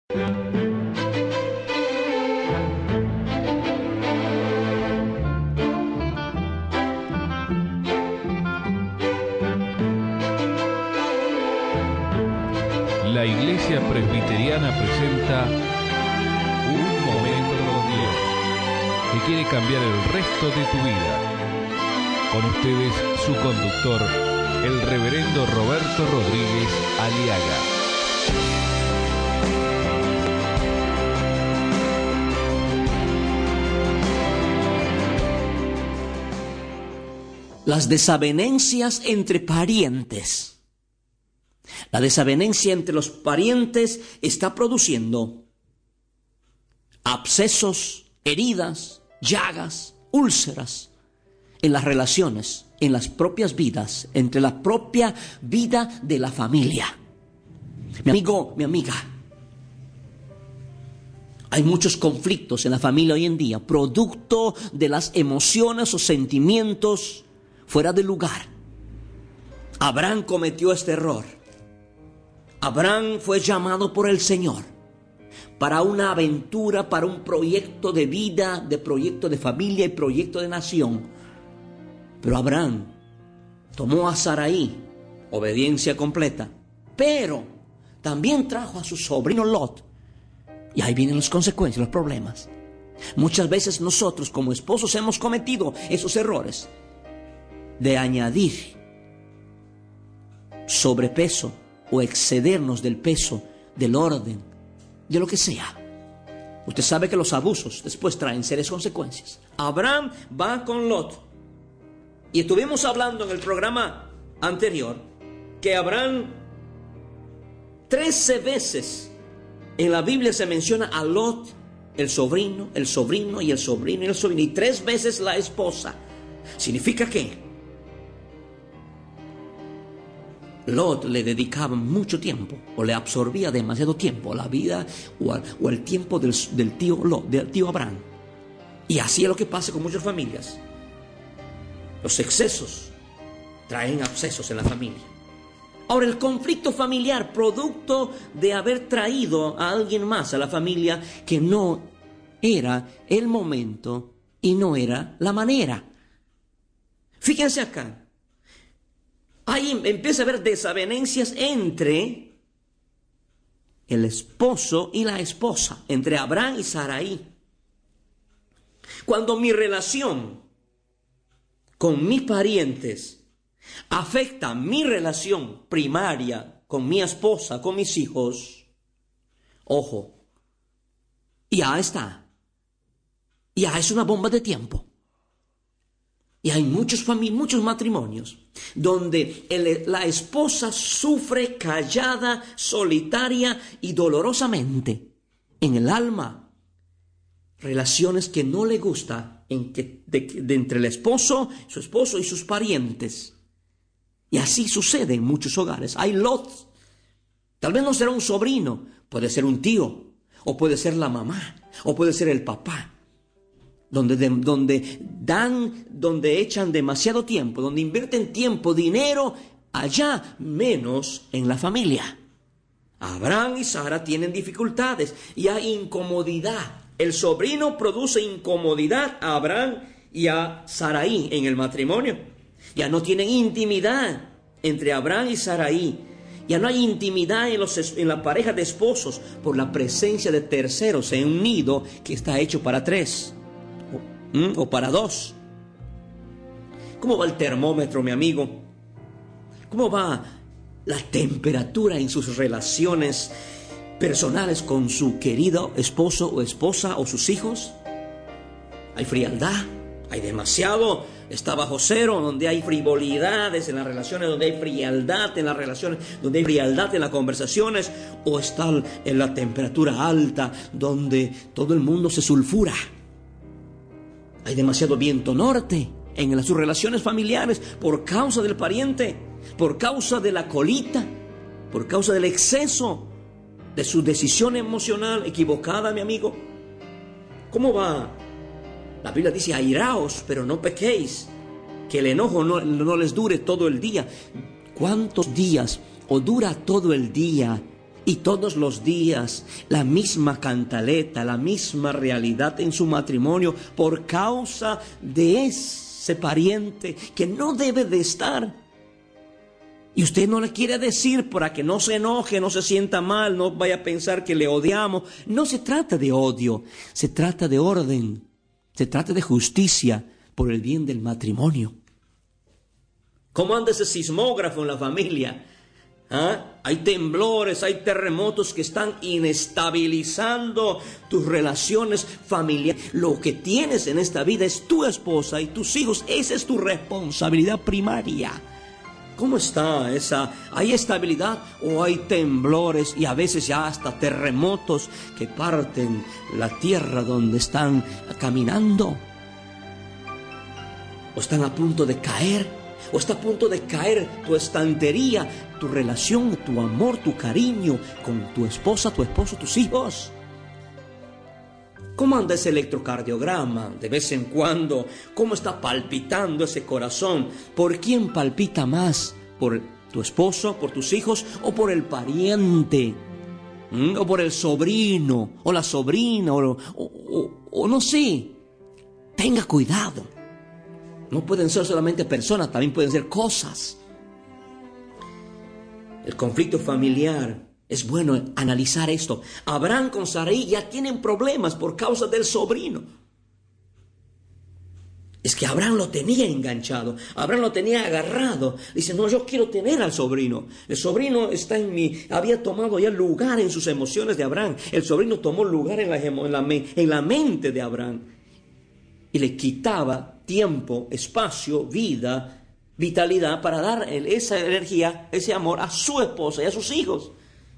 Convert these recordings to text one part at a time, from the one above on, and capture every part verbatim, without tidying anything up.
La Iglesia Presbiteriana presenta Un Momento con Dios, que quiere cambiar el resto de tu vida. Con ustedes, su conductor, el reverendo Roberto Rodríguez Aliaga. Las desavenencias entre parientes. La desavenencia entre los parientes está produciendo abscesos, heridas, llagas, úlceras en las relaciones, en las propias vidas, entre la propia vida de la familia. Mi amigo, mi amiga, hay muchos conflictos en la familia hoy en día, producto de las emociones o sentimientos fuera de lugar. Abraham cometió este error. Abraham fue llamado por el Señor para una aventura, para un proyecto de vida, de proyecto de familia y proyecto de nación. Pero Abraham tomó a Sarai, obediencia completa, pero también trajo a su sobrino Lot. Y ahí vienen las consecuencias, los problemas. Muchas veces nosotros como esposos hemos cometido esos errores de añadir sobrepeso o excedernos del peso, del orden, de lo que sea. Usted sabe que los abusos después traen serias consecuencias. Abraham va con Lot. Y estuvimos hablando en el programa anterior que Abraham, trece veces en la Biblia se menciona a Lot, el sobrino, el sobrino y el sobrino y el sobrino, y tres veces la esposa. ¿Significa qué? Lot le dedicaba mucho tiempo o le absorbía demasiado tiempo a la vida o, a, o al tiempo del, del tío Lot, del tío Abraham. Y así es lo que pasa con muchas familias. Los excesos traen abscesos en la familia. Ahora, el conflicto familiar, producto de haber traído a alguien más a la familia que no era el momento y no era la manera. Fíjense acá. Ahí empieza a haber desavenencias entre el esposo y la esposa, entre Abraham y Sarai. Cuando mi relación con mis parientes afecta mi relación primaria con mi esposa, con mis hijos, ojo, ya está, ya es una bomba de tiempo. Y hay muchos, fami- muchos matrimonios donde el, la esposa sufre callada, solitaria y dolorosamente en el alma relaciones que no le gusta en que, de, de entre el esposo, su esposo y sus parientes. Y así sucede en muchos hogares. Hay lots. Tal vez no será un sobrino, puede ser un tío, o puede ser la mamá, o puede ser el papá. Donde, de, donde dan, donde echan demasiado tiempo, donde invierten tiempo, dinero, allá menos en la familia. Abraham y Sara tienen dificultades y hay incomodidad. El sobrino produce incomodidad a Abraham y a Sarai en el matrimonio. Ya no tienen intimidad entre Abraham y Sarai. Ya no hay intimidad en, los, en la pareja de esposos por la presencia de terceros en un nido que está hecho para tres. ¿Mm? O para dos. ¿Cómo va el termómetro, mi amigo? ¿Cómo va la temperatura en sus relaciones personales con su querido esposo o esposa o sus hijos? Hay frialdad, hay demasiado, está bajo cero, donde hay frivolidades en las relaciones, donde hay frialdad en las relaciones, donde hay frialdad en las conversaciones, o está en la temperatura alta, donde todo el mundo se sulfura. Hay demasiado viento norte en sus relaciones familiares por causa del pariente, por causa de la colita, por causa del exceso de su decisión emocional equivocada, mi amigo. ¿Cómo va? La Biblia dice, airaos, pero no pequéis, que el enojo no, no les dure todo el día. ¿Cuántos días o dura todo el día Y todos los días la misma cantaleta, la misma realidad en su matrimonio por causa de ese pariente que no debe de estar. Y usted no le quiere decir para que no se enoje, no se sienta mal, no vaya a pensar que le odiamos. No se trata de odio, se trata de orden, se trata de justicia por el bien del matrimonio. ¿Cómo anda ese sismógrafo en la familia? ¿Ah? Hay temblores, hay terremotos que están inestabilizando tus relaciones familiares. Lo que tienes en esta vida es tu esposa y tus hijos. Esa es tu responsabilidad primaria. ¿Cómo está esa? ¿Hay estabilidad o hay temblores y a veces ya hasta terremotos que parten la tierra donde están caminando? ¿O están a punto de caer? ¿O está a punto de caer tu estantería, tu relación, tu amor, tu cariño con tu esposa, tu esposo, tus hijos? ¿Cómo anda ese electrocardiograma de vez en cuando? ¿Cómo está palpitando ese corazón? ¿Por quién palpita más? ¿Por tu esposo, por tus hijos o por el pariente? ¿Mm? ¿O por el sobrino o la sobrina? O, o, o, o no sé. Tenga cuidado. No pueden ser solamente personas, también pueden ser cosas. El conflicto familiar, es bueno analizar esto. Abraham con Sarai ya tienen problemas por causa del sobrino. Es que Abraham lo tenía enganchado, Abraham lo tenía agarrado. Dice, no, yo quiero tener al sobrino. El sobrino está en mi, había tomado ya lugar en sus emociones de Abraham. El sobrino tomó lugar en la, en la, en la mente de Abraham. Y le quitaba tiempo, espacio, vida, vitalidad para dar esa energía, ese amor a su esposa y a sus hijos.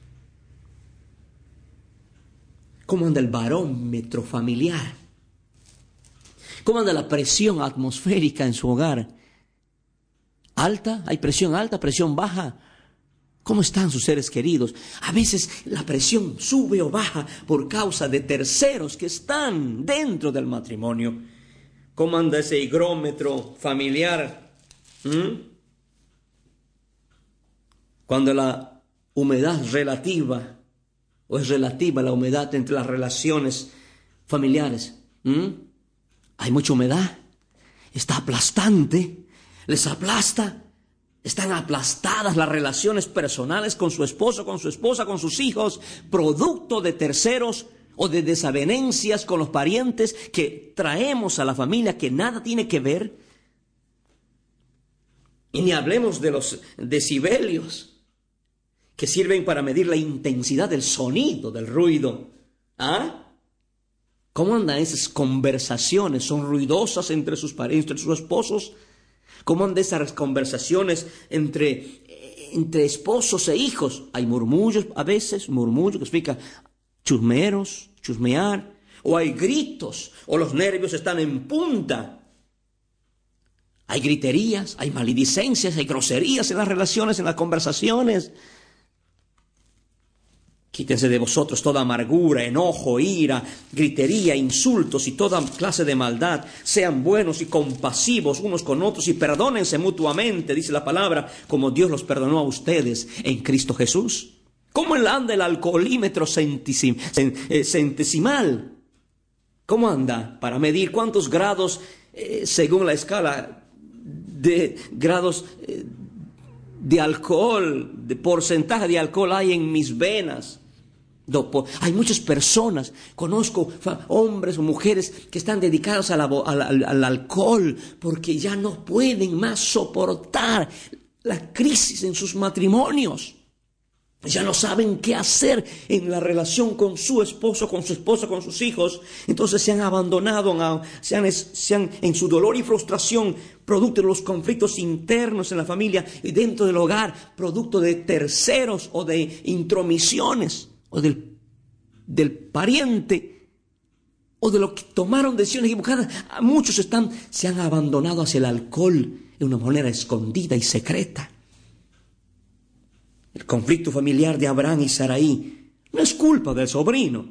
¿Cómo anda el barómetro familiar? ¿Cómo anda la presión atmosférica en su hogar? ¿Alta? ¿Hay presión alta, presión baja? ¿Cómo están sus seres queridos? A veces la presión sube o baja por causa de terceros que están dentro del matrimonio. ¿Cómo anda ese higrómetro familiar? ¿Mm? Cuando la humedad relativa, o es relativa la humedad entre las relaciones familiares. ¿Mm? Hay mucha humedad, está aplastante, les aplasta, están aplastadas las relaciones personales con su esposo, con su esposa, con sus hijos, producto de terceros o de desavenencias con los parientes que traemos a la familia que nada tiene que ver. Y ni hablemos de los decibelios que sirven para medir la intensidad del sonido, del ruido. ¿Ah? ¿Cómo andan esas conversaciones? ¿Son ruidosas entre sus parientes, entre sus esposos? ¿Cómo andan esas conversaciones entre, entre esposos e hijos? Hay murmullos a veces, murmullos que significa chusmeros, chusmear, o hay gritos, o los nervios están en punta. Hay griterías, hay maledicencias, hay groserías en las relaciones, en las conversaciones. Quítense de vosotros toda amargura, enojo, ira, gritería, insultos y toda clase de maldad. Sean buenos y compasivos unos con otros y perdónense mutuamente, dice la palabra, como Dios los perdonó a ustedes en Cristo Jesús. ¿Cómo anda el alcoholímetro centesim, eh, centesimal? ¿Cómo anda? Para medir cuántos grados, eh, según la escala de grados eh, de alcohol, de porcentaje de alcohol hay en mis venas. Hay muchas personas, conozco hombres o mujeres que están dedicados a la, al, al, al alcohol porque ya no pueden más soportar la crisis en sus matrimonios. Ya no saben qué hacer en la relación con su esposo, con su esposa, con sus hijos. Entonces se han abandonado, se han, se han, en su dolor y frustración, producto de los conflictos internos en la familia y dentro del hogar, producto de terceros o de intromisiones, o del, del pariente, o de lo que tomaron decisiones equivocadas. Muchos están, se han abandonado hacia el alcohol de una manera escondida y secreta. El conflicto familiar de Abraham y Sarai no es culpa del sobrino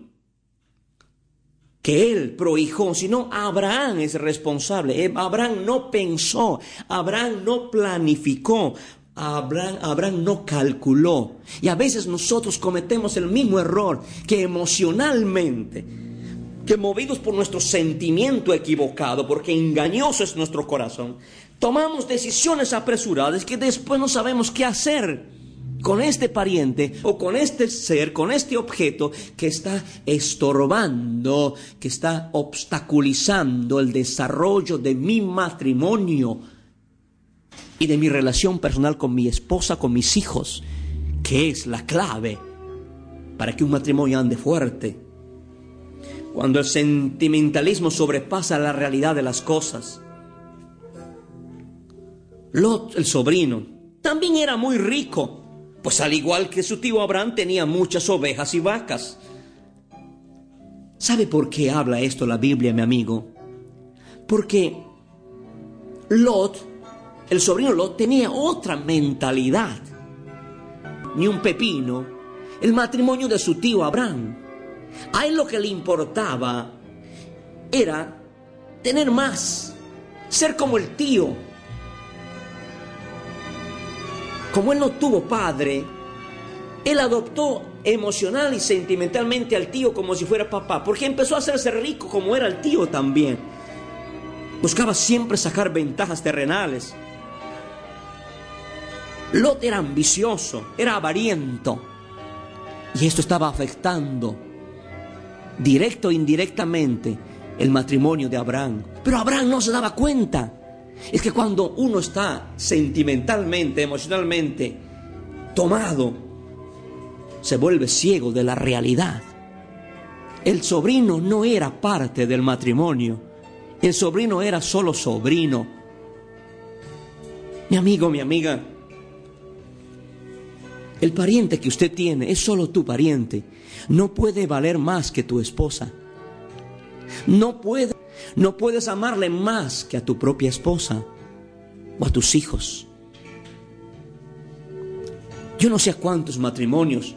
que él prohijó, sino Abraham es responsable. Abraham no pensó, Abraham no planificó, Abraham, Abraham no calculó. Y a veces nosotros cometemos el mismo error, que emocionalmente, que movidos por nuestro sentimiento equivocado, porque engañoso es nuestro corazón, tomamos decisiones apresuradas que después no sabemos qué hacer con este pariente o con este ser, con este objeto que está estorbando, que está obstaculizando el desarrollo de mi matrimonio y de mi relación personal con mi esposa, con mis hijos, que es la clave para que un matrimonio ande fuerte. Cuando el sentimentalismo sobrepasa la realidad de las cosas. Lot, el sobrino, también era muy rico, pues al igual que su tío Abraham tenía muchas ovejas y vacas. ¿Sabe por qué habla esto la Biblia, mi amigo? Porque Lot, el sobrino Lot, tenía otra mentalidad. Ni un pepino el matrimonio de su tío Abraham. A él lo que le importaba era tener más, ser como el tío. Como él no tuvo padre, él adoptó emocional y sentimentalmente al tío como si fuera papá, porque empezó a hacerse rico como era el tío también. Buscaba siempre sacar ventajas terrenales. Lot era ambicioso, era avariento, y esto estaba afectando directo o indirectamente el matrimonio de Abraham. Pero Abraham no se daba cuenta. Es que cuando uno está sentimentalmente, emocionalmente tomado, se vuelve ciego de la realidad. El sobrino no era parte del matrimonio. El sobrino era solo sobrino. Mi amigo, mi amiga, el pariente que usted tiene es solo tu pariente. No puede valer más que tu esposa. No puede, no puedes amarle más que a tu propia esposa o a tus hijos. Yo no sé a cuántos matrimonios,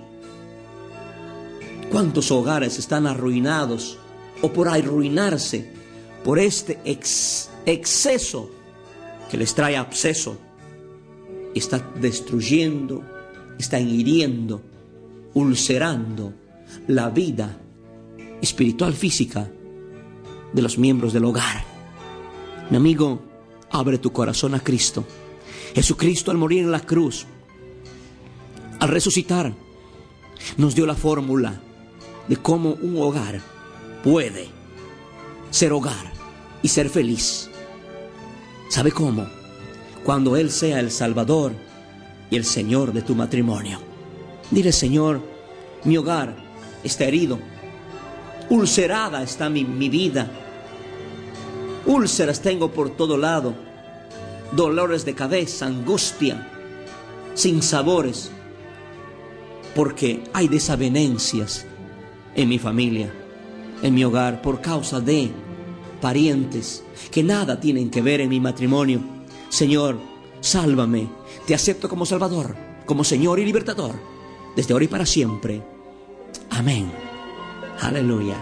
cuántos hogares están arruinados o por arruinarse por este ex, exceso que les trae absceso. Está destruyendo, está hiriendo, ulcerando la vida espiritual, física de los miembros del hogar. Mi amigo, abre tu corazón a Cristo. Jesucristo, al morir en la cruz, al resucitar, nos dio la fórmula de cómo un hogar puede ser hogar y ser feliz. ¿Sabe cómo? Cuando Él sea el Salvador y el Señor de tu matrimonio. Dile: Señor, mi hogar está herido, ulcerada está mi, mi vida, úlceras tengo por todo lado, dolores de cabeza, angustia, sinsabores, porque hay desavenencias en mi familia, en mi hogar, por causa de parientes que nada tienen que ver en mi matrimonio. Señor, sálvame, te acepto como Salvador, como Señor y Libertador, desde ahora y para siempre. Amén. Aleluya.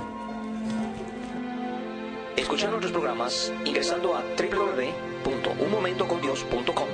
Escuchar nuestros programas ingresando a doble u doble u doble u punto un momento con dios punto com.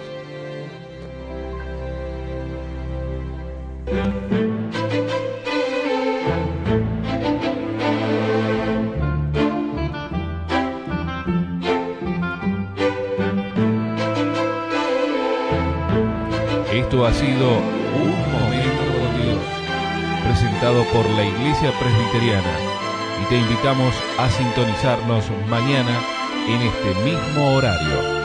Esto ha sido Un Momento con Dios, presentado por la Iglesia Presbiteriana, y te invitamos a sintonizarnos mañana en este mismo horario.